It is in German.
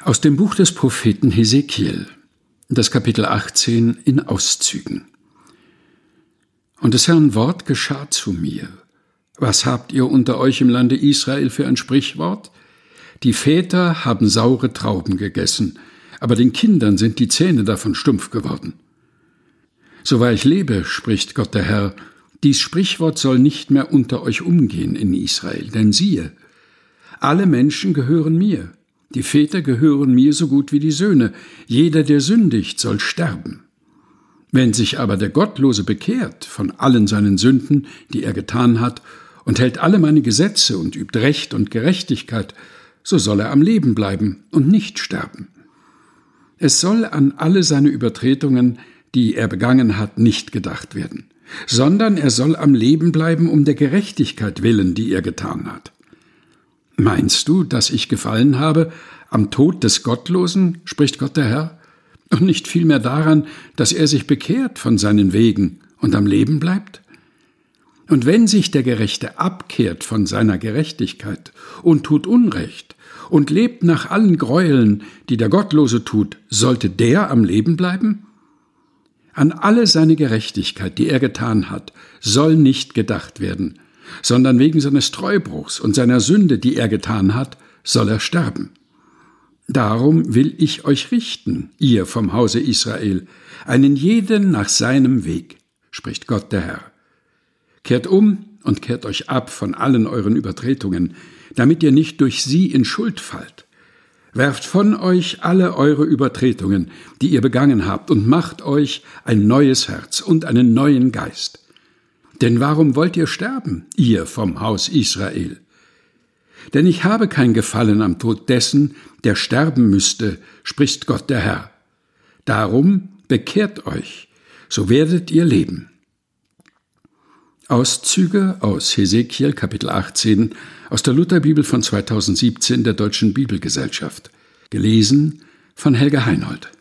Aus dem Buch des Propheten Hesekiel, das Kapitel 18 in Auszügen. Und des Herrn Wort geschah zu mir. Was habt ihr unter euch im Lande Israel für ein Sprichwort? Die Väter haben saure Trauben gegessen, aber den Kindern sind die Zähne davon stumpf geworden. So wahr ich lebe, spricht Gott der Herr, dies Sprichwort soll nicht mehr unter euch umgehen in Israel, denn siehe, alle Menschen gehören mir, die Väter gehören mir so gut wie die Söhne, jeder, der sündigt, soll sterben. Wenn sich aber der Gottlose bekehrt von allen seinen Sünden, die er getan hat, und hält alle meine Gesetze und übt Recht und Gerechtigkeit, so soll er am Leben bleiben und nicht sterben. Es soll an alle seine Übertretungen, die er begangen hat, nicht gedacht werden, sondern er soll am Leben bleiben um der Gerechtigkeit willen, die er getan hat. Meinst du, dass ich gefallen habe am Tod des Gottlosen, spricht Gott der Herr, und nicht vielmehr daran, dass er sich bekehrt von seinen Wegen und am Leben bleibt? Und wenn sich der Gerechte abkehrt von seiner Gerechtigkeit und tut Unrecht und lebt nach allen Gräueln, die der Gottlose tut, sollte der am Leben bleiben? An alle seine Gerechtigkeit, die er getan hat, soll nicht gedacht werden, sondern wegen seines Treubruchs und seiner Sünde, die er getan hat, soll er sterben. Darum will ich euch richten, ihr vom Hause Israel, einen jeden nach seinem Weg, spricht Gott der Herr. Kehrt um und kehrt euch ab von allen euren Übertretungen, damit ihr nicht durch sie in Schuld fallt. Werft von euch alle eure Übertretungen, die ihr begangen habt, und macht euch ein neues Herz und einen neuen Geist. Denn warum wollt ihr sterben, ihr vom Haus Israel? Denn ich habe kein Gefallen am Tod dessen, der sterben müsste, spricht Gott der Herr. Darum bekehrt euch, so werdet ihr leben. Auszüge aus Hesekiel, Kapitel 18, aus der Lutherbibel von 2017 der Deutschen Bibelgesellschaft. Gelesen von Helga Heinold.